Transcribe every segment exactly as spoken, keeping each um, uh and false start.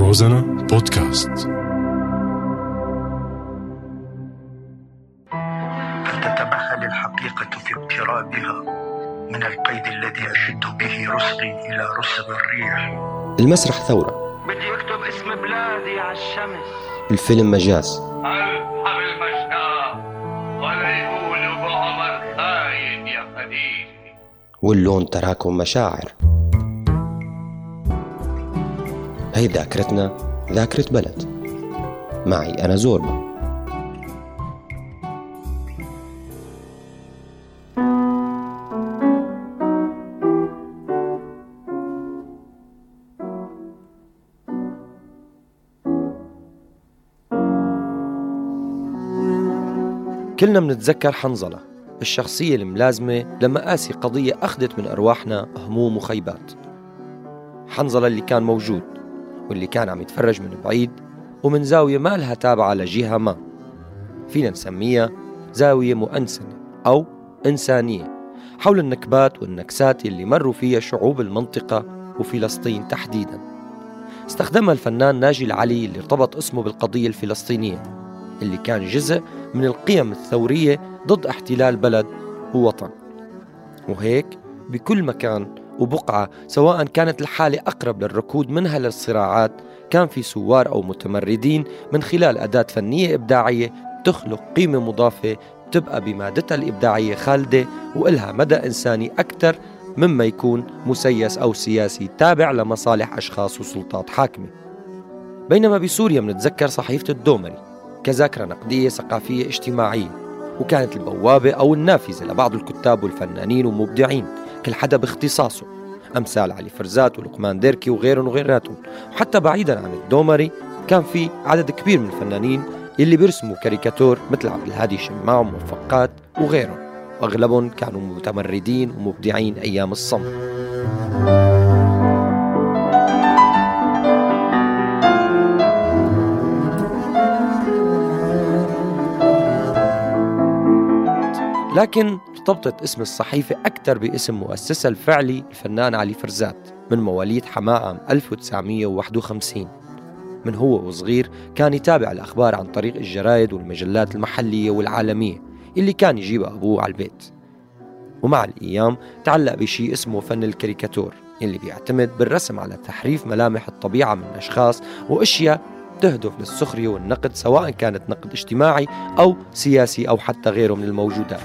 روزانا بودكاست. فلتتمهل الحقيقة في اقترابها من القيد الذي أشد به رسغي إلى رسغ الريح. المسرح ثورة، بدي أكتب اسم بلادي على الشمس. الفيلم مجاز، ألحم المشتاق ولا يقولوا بعمر خاين يا قديم، واللون تراكم مشاعر. هي ذاكرتنا، ذاكرة بلد. معي أنا زوربا. كلنا منتذكر حنظلة، الشخصية الملازمة لمآسي قضية أخذت من أرواحنا هموم وخيبات. حنظلة اللي كان موجود واللي كان عم يتفرج من بعيد ومن زاوية ما لها تابعة لجهة ما، فينا نسميها زاوية مؤنسنة أو إنسانية، حول النكبات والنكسات اللي مروا فيها شعوب المنطقة وفلسطين تحديداً. استخدمها الفنان ناجي العلي اللي ارتبط اسمه بالقضية الفلسطينية، اللي كان جزء من القيم الثورية ضد احتلال بلد ووطن. وهيك بكل مكان وبقعة، سواء كانت الحالة أقرب للركود منها للصراعات، كان في سوار أو متمردين من خلال أداة فنية إبداعية تخلق قيمة مضافة تبقى بمادتها الإبداعية خالدة وإلها مدى إنساني أكثر مما يكون مسيس أو سياسي تابع لمصالح أشخاص وسلطات حاكمة. بينما بسوريا منتذكر صحيفة الدومري كذاكرة نقدية ثقافية اجتماعية، وكانت البوابة أو النافذة لبعض الكتاب والفنانين ومبدعين كل حدا باختصاصه، أمثال علي فرزات ولقمان ديركي وغيرهم وغيراتهم. وحتى بعيدا عن الدومري كان في عدد كبير من الفنانين اللي بيرسموا كاريكاتور مثل عبد الهادي شماع وموفقات وغيرهم، وأغلبهم كانوا متمردين ومبدعين أيام الصمت. لكن ارتبطت اسم الصحيفة أكثر باسم مؤسسها الفعلي الفنان علي فرزات، من مواليد حماة عام ألف وتسعمية وواحد وخمسين. من هو وصغير كان يتابع الأخبار عن طريق الجرايد والمجلات المحلية والعالمية اللي كان يجيبها أبوه على البيت. ومع الأيام تعلق بشيء اسمه فن الكاريكاتور، اللي بيعتمد بالرسم على تحريف ملامح الطبيعة من أشخاص وأشياء تهدف للسخرية والنقد، سواء كانت نقد اجتماعي أو سياسي أو حتى غيره من الموجودات.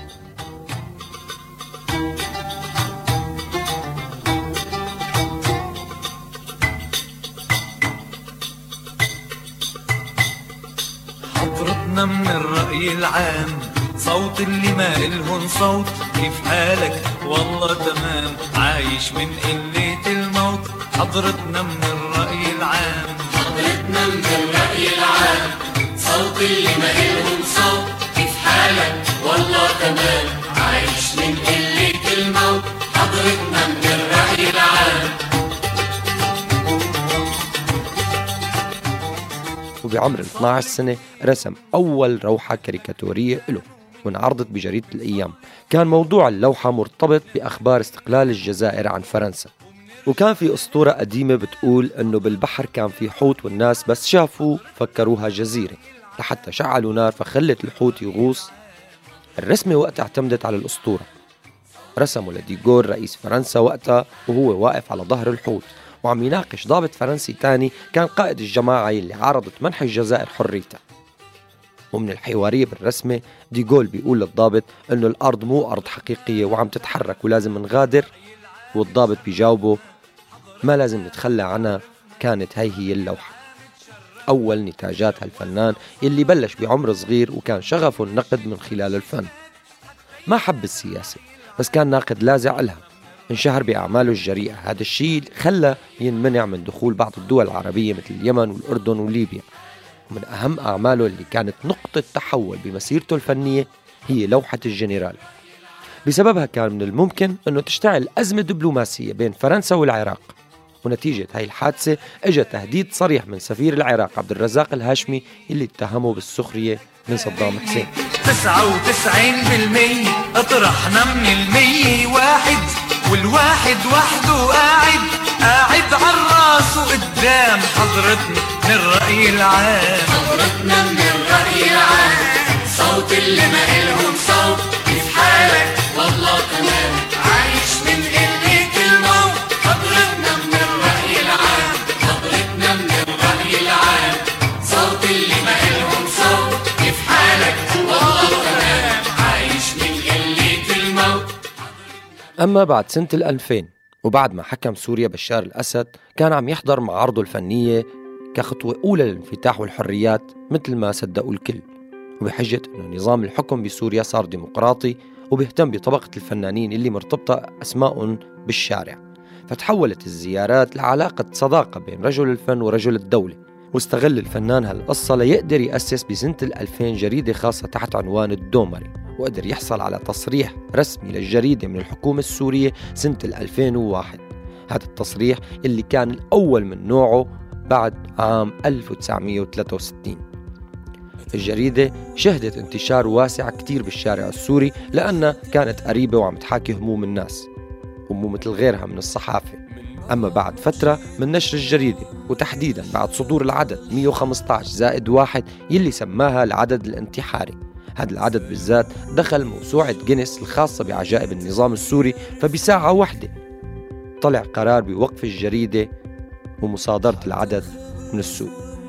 حضرتنا من الرأي العام، صوت اللي ما إلهن صوت. كيف حالك؟ والله تمام، عايش من قلة الموت. حضرتنا من الرأي العام، حضرتنا من الرأي العام، صوت اللي ما إلهن صوت. كيف حالك؟ والله تمام، عايش من قلة الموت. حضرتنا من الرأي العام. وبعمر اثني عشر سنة رسم أول روحة كاريكاتورية له وانعرضت بجريدة الأيام. كان موضوع اللوحة مرتبط بأخبار استقلال الجزائر عن فرنسا، وكان في أسطورة قديمة بتقول أنه بالبحر كان في حوت، والناس بس شافوه فكروها جزيرة لحتى شعلوا نار فخلت الحوت يغوص. الرسمة وقتها اعتمدت على الأسطورة. رسموا لديغول رئيس فرنسا وقتها وهو واقف على ظهر الحوت وعم يناقش ضابط فرنسي تاني كان قائد الجماعة اللي عارضت منح الجزائر حريتها. ومن الحوارية بالرسمة ديغول بيقول للضابط أنه الأرض مو أرض حقيقية وعم تتحرك ولازم نغادر، والضابط بيجاوبه ما لازم نتخلى عنها، كانت هاي هي اللوحة. أول نتاجات هالفنان اللي بلش بعمر صغير وكان شغفه النقد من خلال الفن. ما حب السياسة بس كان ناقد لاذع لها، انشهر بأعماله الجريئة. هذا الشيء خلى ينمنع من دخول بعض الدول العربية مثل اليمن والأردن وليبيا. ومن أهم أعماله اللي كانت نقطة تحول بمسيرته الفنية هي لوحة الجنرال. بسببها كان من الممكن أنه تشتعل أزمة دبلوماسية بين فرنسا والعراق، ونتيجة هاي الحادثة اجى تهديد صريح من سفير العراق عبد الرزاق الهاشمي اللي اتهمه بالسخرية من صدام حسين. تسعة وتسعين بالمية اطرحنا من المية واحد، والواحد وحده قاعد قاعد عالراس راسه قدام حضرتنا من الرأي العام. حضرتنا من الرأي العام صوت اللي ما إلهم صوت. كيف حالك والله تمام عايش من قلة الموت. حضرتنا من الرأي العام حضرتنا من الرأي العام صوت اللي ما إلهم صوت. كيف حالك والله تمام عايش من قلة الموت. أما بعد سنة الألفين وبعد ما حكم سوريا بشار الأسد كان عم يحضر معارضه الفنية كخطوة أولى للانفتاح والحريات مثل ما صدقوا الكل، وبحجة أنه نظام الحكم بسوريا صار ديمقراطي وبيهتم بطبقة الفنانين اللي مرتبطة أسمائهم بالشارع. فتحولت الزيارات لعلاقة صداقة بين رجل الفن ورجل الدولة، واستغل الفنان هالقصة ليقدر يأسس بسنة الألفين جريدة خاصة تحت عنوان الدومري، وقدر يحصل على تصريح رسمي للجريدة من الحكومة السورية سنة الألفين وواحد. هذا التصريح اللي كان الأول من نوعه بعد عام ألف وتسعمية وثلاثة وستين. الجريدة شهدت انتشار واسع كتير بالشارع السوري لأنها كانت قريبة وعم تحاكي هموم الناس ومو مثل غيرها من الصحافة. أما بعد فترة من نشر الجريدة وتحديدا بعد صدور العدد مية وخمسة عشر زائد واحد يلي سماها العدد الانتحاري، هذا العدد بالذات دخل موسوعة جينيس الخاصة بعجائب النظام السوري، فبساعة واحدة طلع قرار بوقف الجريدة ومصادرة العدد من السوق.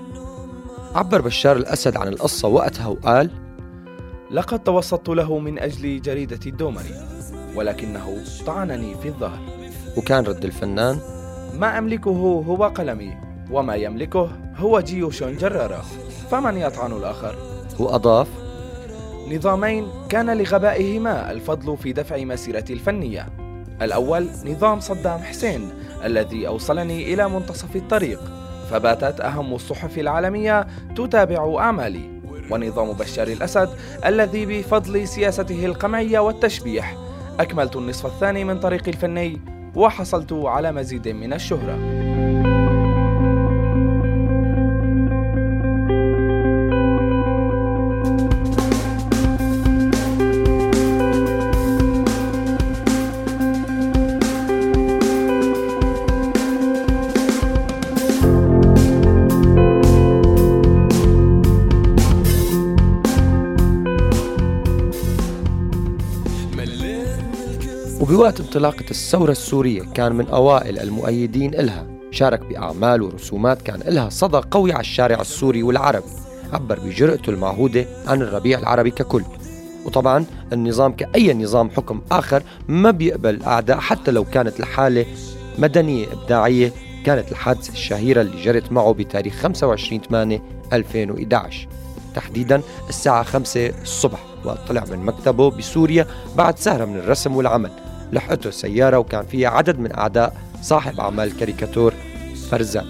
عبر بشار الأسد عن القصة وقتها وقال: لقد توسطت له من أجل جريدة الدومري ولكنه طعنني في الظهر. وكان رد الفنان: ما أملكه هو قلمي وما يملكه هو جيوش جرارة، فمن يطعن الآخر؟ وأضاف: نظامين كان لغبائهما الفضل في دفع مسيرتي الفنية. الأول نظام صدام حسين الذي أوصلني إلى منتصف الطريق، فباتت أهم الصحف العالمية تتابع أعمالي، ونظام بشار الأسد الذي بفضل سياسته القمعية والتشبيح أكملت النصف الثاني من طريقي الفني وحصلت على مزيد من الشهرة. وبوقت انطلاقة الثورة السورية كان من أوائل المؤيدين إلها، شارك بأعمال ورسومات كان إلها صدى قوي على الشارع السوري والعربي، عبر بجرأته المعهودة عن الربيع العربي ككل. وطبعا النظام كأي نظام حكم آخر ما بيقبل أعداء حتى لو كانت الحالة مدنية إبداعية. كانت الحادثة الشهيرة اللي جرت معه بتاريخ خمسة وعشرين ثمانية ألفين وإحدى عشر تحديدا الساعة خمسة الصبح، وقت طلع من مكتبه بسوريا بعد سهرة من الرسم والعمل. لحقته سيارة وكان فيها عدد من أعداء صاحب أعمال الكاريكاتور فرزان.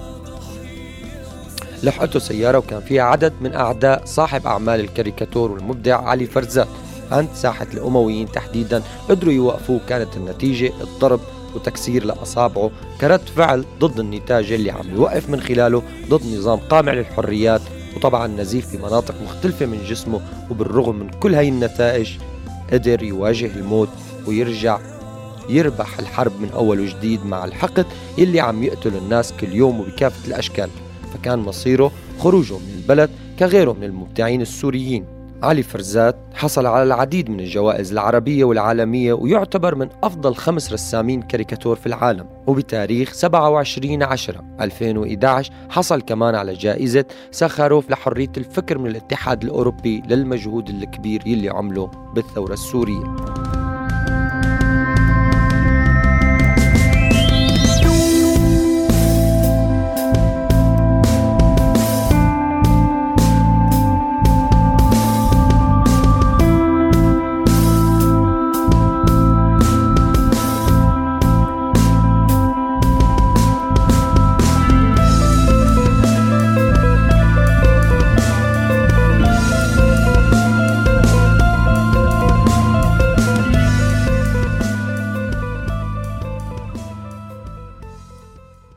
لحقته سيارة وكان فيها عدد من أعداء صاحب أعمال الكاريكاتور والمبدع علي فرزان عند ساحة الأمويين تحديدا. قدروا يوقفوه، كانت النتيجة الضرب وتكسير لأصابعه كرد فعل ضد النتاج اللي عم يوقف من خلاله ضد نظام قامع للحريات، وطبعا نزيف في مناطق مختلفة من جسمه. وبالرغم من كل هاي النتائج قدر يواجه الموت ويرجع يربح الحرب من أول وجديد مع الحقد يلي عم يقتل الناس كل يوم وبكافة الأشكال. فكان مصيره خروجه من البلد كغيره من المبدعين السوريين. علي فرزات حصل على العديد من الجوائز العربية والعالمية، ويعتبر من أفضل خمس رسامين كاريكاتور في العالم. وبتاريخ سبعة وعشرين عشرة ألفين وإحدى عشر حصل كمان على جائزة ساخاروف لحرية الفكر من الاتحاد الأوروبي للمجهود الكبير يلي عمله بالثورة السورية.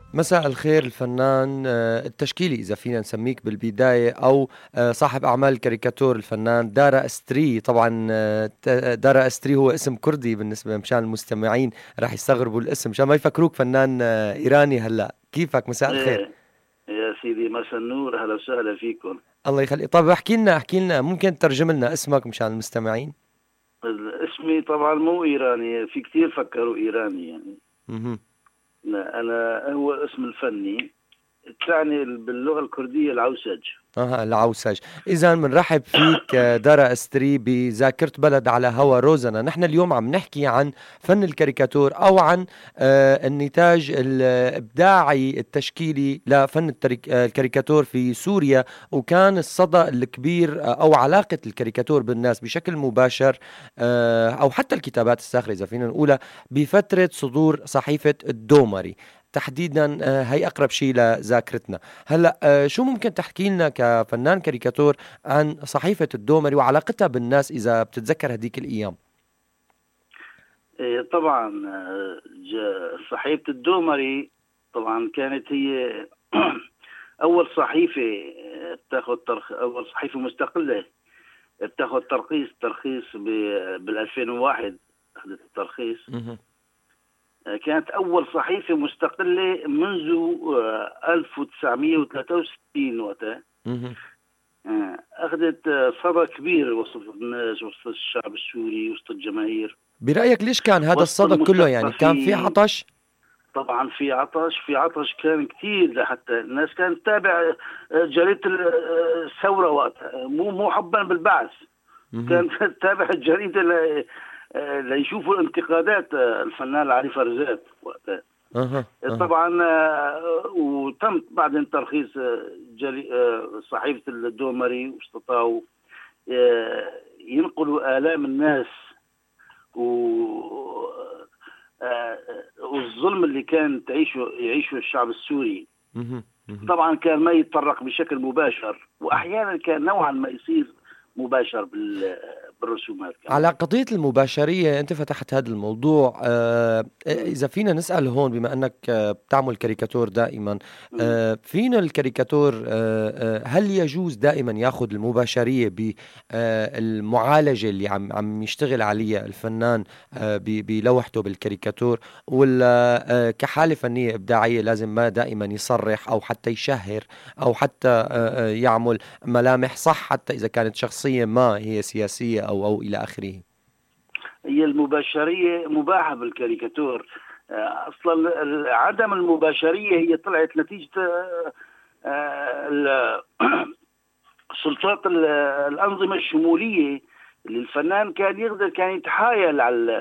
مساء الخير الفنان التشكيلي إذا فينا نسميك بالبداية، أو صاحب أعمال الكاريكاتور الفنان دارا أستري. طبعا دارا أستري هو اسم كردي بالنسبة مشان المستمعين راح يستغربوا الاسم مشان ما يفكروك فنان إيراني. هلأ كيفك؟ مساء الخير يا سيدي، مساء النور، أهلا وسهلا فيكم. الله يخليك. طب احكي لنا احكي لنا ممكن تترجم لنا اسمك مشان المستمعين؟ اسمي طبعا مو إيراني، في كتير فكروا إيراني يعني. اها لا، أنا هو اسم الفني تعني باللغة الكردية العوسج. اها العوسج. اذا بنرحب فيك دارا أستري بذاكرة بلد على هوا روزنا. نحن اليوم عم نحكي عن فن الكاريكاتور او عن آه النتاج الابداعي التشكيلي لفن الكاريكاتور في سوريا، وكان الصدى الكبير آه او علاقة الكاريكاتور بالناس بشكل مباشر آه او حتى الكتابات الساخرة اذا فينا نقولها بفترة صدور صحيفة الدومري تحديدا. هي أقرب شيء لذاكرتنا. هلأ شو ممكن تحكي لنا كفنان كاريكاتور عن صحيفة الدومري وعلاقتها بالناس إذا بتتذكر هديك الأيام؟ طبعا صحيفة الدومري طبعا كانت هي أول صحيفة بتاخذ ترخ... أول صحيفة مستقلة بتاخذ ترخيص ترخيص بال ألفين وواحد أخذت الترخيص. كانت أول صحيفة مستقلة منذ ألف وتسعمئة وثلاثة وستين وقتها. أخذت صدى كبير وسط الناس، وسط الشعب السوري، وسط الجماهير. برأيك ليش كان هذا الصدى كله؟ يعني كان في عطش؟ طبعا في عطش في عطش كان كثير، لحتى الناس كانت تتابع جريدة الثورة وقتها، مو مو حبا بالبعث، كانت تتابع الجريدة ل... ليشوفوا انتقادات الفنان علي فرزات وقتها. أه أه. طبعا وتم بعدين ترخيص صحيفة الدومري، واستطاعوا ينقلوا آلام الناس والظلم اللي كان تعيشه يعيشه الشعب السوري. طبعا كان ما يتطرق بشكل مباشر، وأحيانا كان نوعا ما يصير مباشر بال بالرسومات. على قضية المباشرية أنت فتحت هذا الموضوع. آه إذا فينا نسأل هون، بما أنك آه بتعمل كاريكاتور دائما، آه فينا الكاريكاتور آه هل يجوز دائما يأخذ المباشرية بالمعالجة اللي عم عم يشتغل عليها الفنان آه بلوحته بالكاريكاتور، ولا آه كحالة فنية إبداعية لازم ما دائما يصرح أو حتى يشهر أو حتى آه يعمل ملامح صح حتى إذا كانت شخصية ما هي سياسية أو أو إلى آخره؟ هي المباشرية مباحة بالكاريكاتور. أصلا عدم المباشرية هي طلعت نتيجة سلطات الأنظمة الشمولية اللي الفنان كان يقدر كان يتحايل على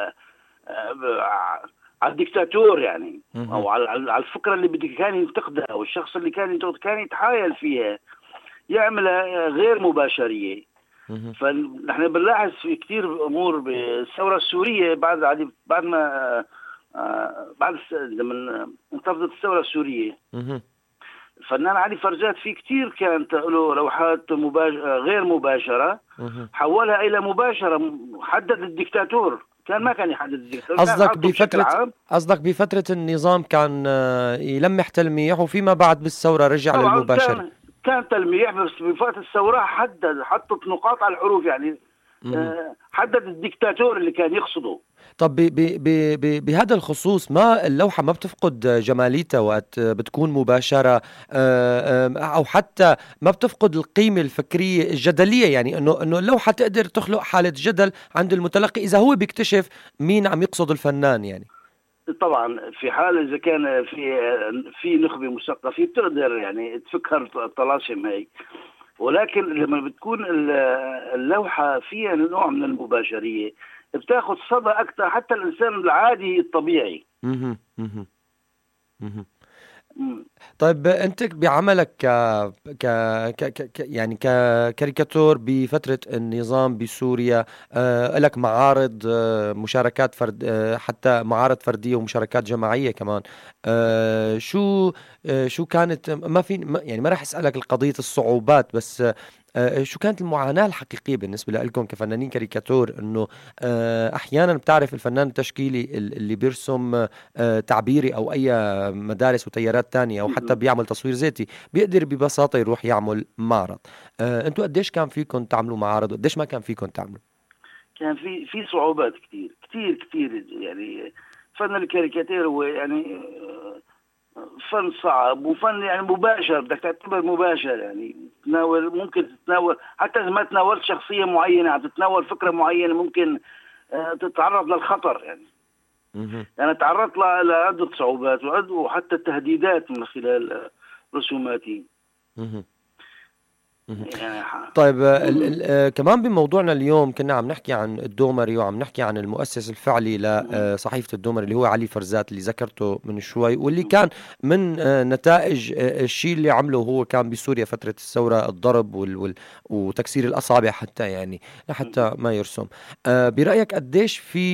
على الدكتاتور يعني، أو على الفكرة اللي بده كان ينتقدها، والشخص اللي كان ينتقد كان يتحايل فيها يعملها غير مباشرية. فنحن بنلاحظ في كثير امور بالثوره السوريه بعد بعد ما بعد لما انتفضت الثوره السوريه. الفنان علي فرزات في كثير كانت له لوحات مباشرة غير مباشره، حولها الى مباشره، حدد الدكتاتور، كان ما كان يحدد الدكتاتور. قصدك بفتره قصدك بفتره النظام كان يلمح تلميح، وفيما بعد بالثوره رجع للمباشر. كان كان تلميح، بس بفترة الثورة حدد حطت نقاط على الحروف يعني. آه حدد الدكتاتور اللي كان يقصده. طب بهذا الخصوص، ما اللوحة ما بتفقد جماليتها وقت بتكون مباشرة، أو حتى ما بتفقد القيمة الفكرية الجدلية؟ يعني إنه إنه اللوحة تقدر تخلق حالة جدل عند المتلقي إذا هو بيكتشف مين عم يقصد الفنان يعني. طبعا في حال اذا كان في في نخبه مثقفه بتقدر يعني تفكر طلاسم هي، ولكن لما بتكون اللوحه فيها نوع من المباشريه بتاخذ صدى اكثر حتى الانسان العادي الطبيعي. اها اها طيب انت بعملك ك... ك... ك... ك... يعني ككاريكاتور بفترة النظام بسوريا، آه لك معارض، آه مشاركات فرد، آه حتى معارض فردية ومشاركات جماعية كمان. آه شو آه شو كانت، ما في يعني ما راح اسألك القضية الصعوبات، بس آه شو كانت المعاناة الحقيقية بالنسبة لكم كفنانين كاريكاتور، انه آه احيانا بتعرف الفنان التشكيلي اللي بيرسم آه تعبيري او اي مدارس وتيارات تانية او حتى بيعمل تصوير ذاتي بيقدر ببساطة يروح يعمل معرض. آه انتوا قديش كان فيكم تعملوا معارض وقديش ما كان فيكم تعملوا؟ كان في في صعوبات كثير كثير كثير. يعني فن الكاريكاتير هو يعني فن صعب وفن يعني مباشر، بدك تعتبر مباشر، يعني تتناول ممكن تتناول حتى إذا ما تناولت شخصية معينة عم تتناول فكرة معينة ممكن تتعرض للخطر. يعني أنا تعرضت لعدة صعوبات وحتى تهديدات من خلال رسوماتي. يعني طيب ال ال كمان بموضوعنا اليوم كنا عم نحكي عن الدومري وعم نحكي عن المؤسس الفعلي لصحيفة الدومري اللي هو علي فرزات اللي ذكرته من شوي، واللي كان من نتائج الشيء اللي عمله هو كان بسوريا فترة الثورة الضرب وال وتكسير الأصابع حتى يعني حتى ما يرسم. برأيك قديش في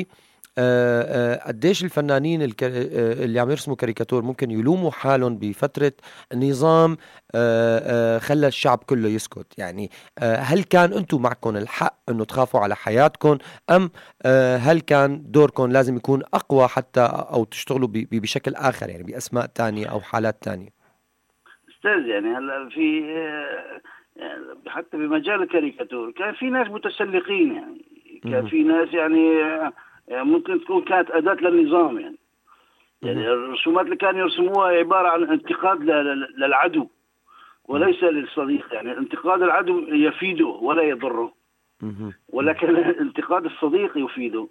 قديش الفنانين اللي عم يرسموا كاريكاتور ممكن يلوموا حالهم بفترة نظام خلى الشعب كله يسكت؟ يعني هل كان أنتم معكم الحق أنه تخافوا على حياتكم، أم هل كان دوركم لازم يكون أقوى حتى أو تشتغلوا بشكل آخر يعني بأسماء تانية أو حالات تانية؟ أستاذ يعني هلا في حتى بمجال الكاريكاتور كان في ناس متسلقين، يعني كان في ناس يعني ممكن تكون كانت أداة للنظام. يعني يعني الرسومات اللي كانوا يرسموها عبارة عن انتقاد للعدو وليس للصديق. يعني انتقاد العدو يفيده ولا يضره، ولكن انتقاد الصديق يفيده.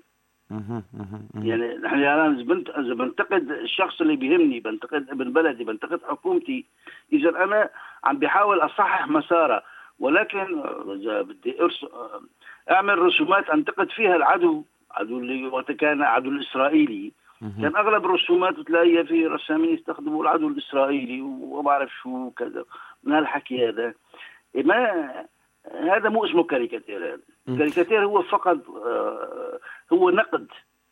يعني نحن الآن إذا بنتقد الشخص اللي بيهمني، بنتقد ابن بلدي، بنتقد حكومتي، إذا أنا عم بحاول أصحح مساره، ولكن إذا بدي أرسم أعمل رسومات أنتقد فيها العدو، عدو اللي وقت كان عدو الإسرائيلي، كان أغلب الرسومات تلاقيها في رسامين يستخدموا العدو الإسرائيلي وما أعرف شو كذا من هالحكي هذا. ما هذا مو اسمه كاريكاتير. هذا الكاريكاتير هو فقط آه هو نقد،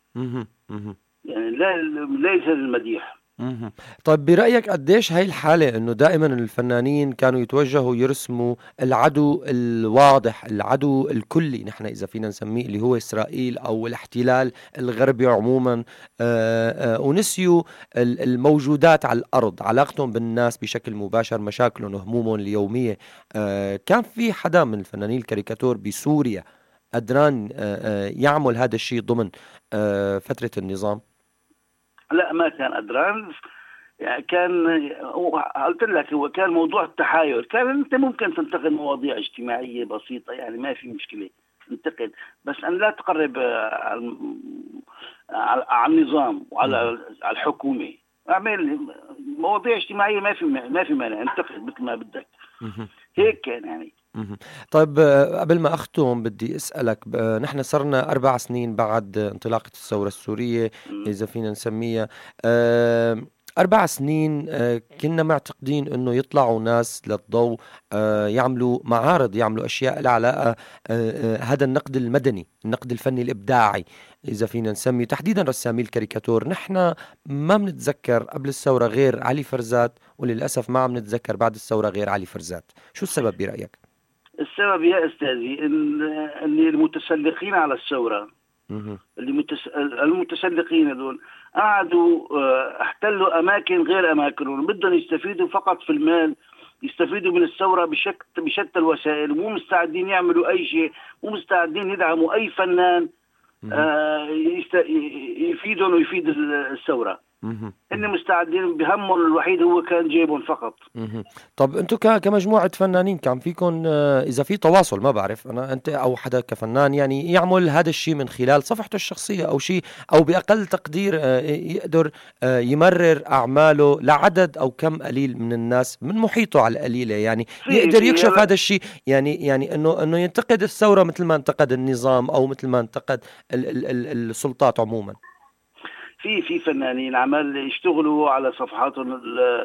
يعني لا ليس للمديح. طيب برأيك قديش هاي الحالة انه دائما الفنانين كانوا يتوجهوا يرسموا العدو الواضح، العدو الكلي نحن اذا فينا نسميه، اللي هو اسرائيل او الاحتلال الغربي عموما، آآ آآ ونسيوا الموجودات على الارض، علاقتهم بالناس بشكل مباشر، مشاكلهم وهمومهم اليومية. كان في حدا من الفنانين الكاريكاتور بسوريا قدران يعمل هذا الشيء ضمن فترة النظام؟ لا ما كان أدران. يعني كان قلت لك هو كان موضوع التحايل. كان أنت ممكن تنتقد مواضيع اجتماعية بسيطة، يعني ما في مشكلة انتقد، بس أن لا تقرب على النظام وعلى الحكومة. اعمل مواضيع اجتماعية ما في ما في مانع، انتقد مثل ما بدك. هيك كان يعني. طيب قبل ما أختم بدي أسألك، نحن صرنا أربع سنين بعد انطلاقة الثورة السورية إذا فينا نسميها، أربع سنين كنا معتقدين أنه يطلعوا ناس للضوء، يعملوا معارض، يعملوا أشياء لها علاقة هذا النقد المدني، النقد الفني الإبداعي إذا فينا نسميه، تحديدا رسامي الكاريكاتور. نحن ما بنتذكر قبل الثورة غير علي فرزات، وللأسف ما عم نتذكر بعد الثورة غير علي فرزات. شو السبب برأيك؟ السبب يا أستاذي إن اللي المتسلقين على الثورة، اللي متس... المتسلقين هذول قعدوا احتلوا أماكن غير أماكنهم، بدهم يستفيدوا فقط في المال، يستفيدوا من الثورة بشكل بشتى الوسائل، مو مستعدين يعملوا أي شيء، مو مستعدين يدعموا أي فنان آه يست... يفيدهم ويفيد الثورة. إن مستعدين بهمهم الوحيد هو كان جيبهم فقط. طب أنتوا كمجموعة فنانين كان فيكم إذا في تواصل، ما بعرف أنا، أنت أو حدا كفنان يعني يعمل هذا الشيء من خلال صفحته الشخصية أو شيء، أو بأقل تقدير يقدر يمرر أعماله لعدد أو كم قليل من الناس من محيطه على القليلة، يعني يقدر يكشف هذا الشيء، يعني يعني إنه إنه ينتقد الثورة مثل ما انتقد النظام أو مثل ما انتقد ال ال ال السلطات عموما. في في فنانين عمل يشتغلوا على صفحاتهم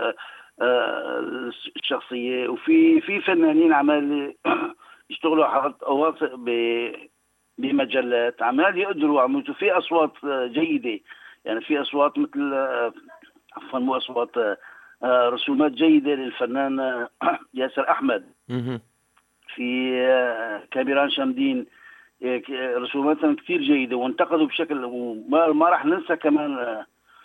الشخصية، وفي في فنانين عمل يشتغلوا على أواصر بمجلات، عمال يقدروا عملوا في أصوات جيدة، يعني في أصوات مثل عفوا مو أصوات رسومات جيدة للفنان ياسر أحمد. في كاميران شامدين رسوماتهم كثير جيدة وانتقدوا بشكل، وما ما راح ننسى كمان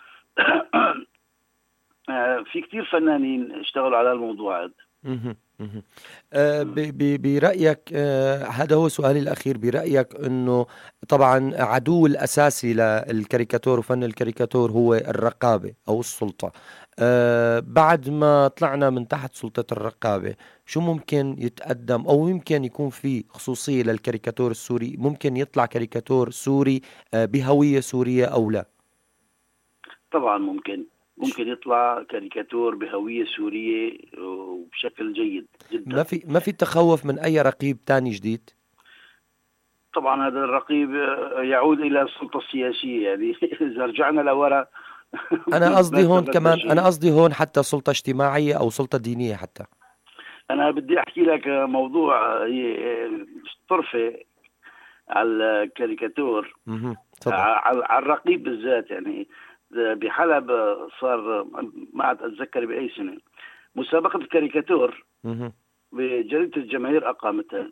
في كثير فنانين اشتغلوا على الموضوع هذا. أه برأيك أه هذا هو سؤالي الأخير، برأيك أنه طبعا عدو الأساسي للكاريكاتور وفن الكاريكاتور هو الرقابة أو السلطة، أه بعد ما طلعنا من تحت سلطة الرقابة شو ممكن يتقدم أو يمكن يكون في خصوصية للكاريكاتور السوري؟ ممكن يطلع كاريكاتور سوري أه بهوية سورية أو لا؟ طبعا ممكن ممكن يطلع كاريكاتور بهوية سورية وبشكل جيد جدا. ما في ما في تخوف من أي رقيب تاني جديد؟ طبعا هذا الرقيب يعود إلى السلطة السياسية، يعني إذا رجعنا لورا. أنا قصدي هون كمان، أنا قصدي هون حتى سلطة اجتماعية أو سلطة دينية حتى. أنا بدي أحكي لك موضوع طرفة على الكاريكاتور، على الرقيب بالذات. يعني بحلب صار ما أتذكر بأي سنة مسابقة الكاريكاتور بجريدة الجماهير أقامتها.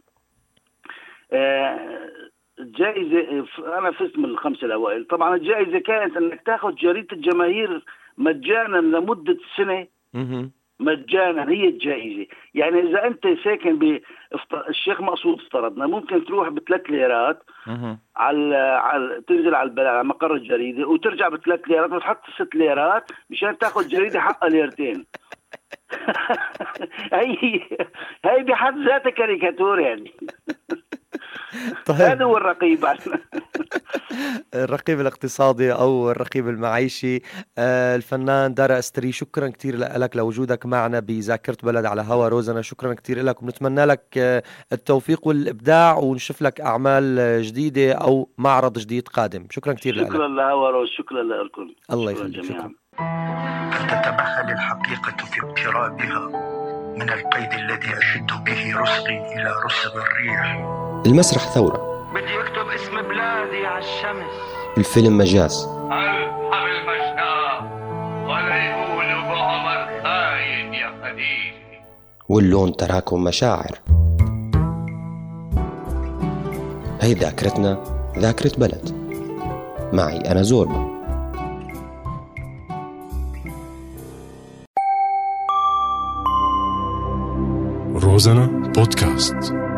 الجائزة أنا فزت من الخمسة الأوائل. طبعا الجائزة كانت أنك تأخذ جريدة الجماهير مجانا لمدة سنة، مجانا هي الجائزة. يعني إذا أنت ساكن بالشيخ مقصود افترضنا ممكن تروح بثلاث ليرات على على تنزل على البلد على مقر الجريدة وترجع بثلاث ليرات وتحط ست ليرات مشان تأخذ جريدة حقها ليرتين. هي هي بحد ذاتها كاريكاتور يعني. طيب. هذا هو الرقيب. الرقيب الاقتصادي أو الرقيب المعيشي. آه الفنان دارا أستري، شكرا كتير لك لوجودك معنا بذاكرة بلد على هوا روزنا. شكرا كتير لك ونتمنى لك آه التوفيق والإبداع ونشوف لك أعمال جديدة أو معرض جديد قادم. شكرا كتير لك. شكرا لهوا روز، شكرا لكم. الله يخليك. شكرا. تتمثل الحقيقة في اقترابها من القيد الذي أشد به رسغي إلى رسغ الريح. المسرح ثورة. بدي اكتب اسم بلادي على الشمس. الفيلم مجاز. ألحم المشناة ولا يقولوا بعمر خاين يا خديجي. واللون تراكم مشاعر. هي ذاكرتنا، ذاكرة بلد. معي أنا زوربا. روزانا بودكاست.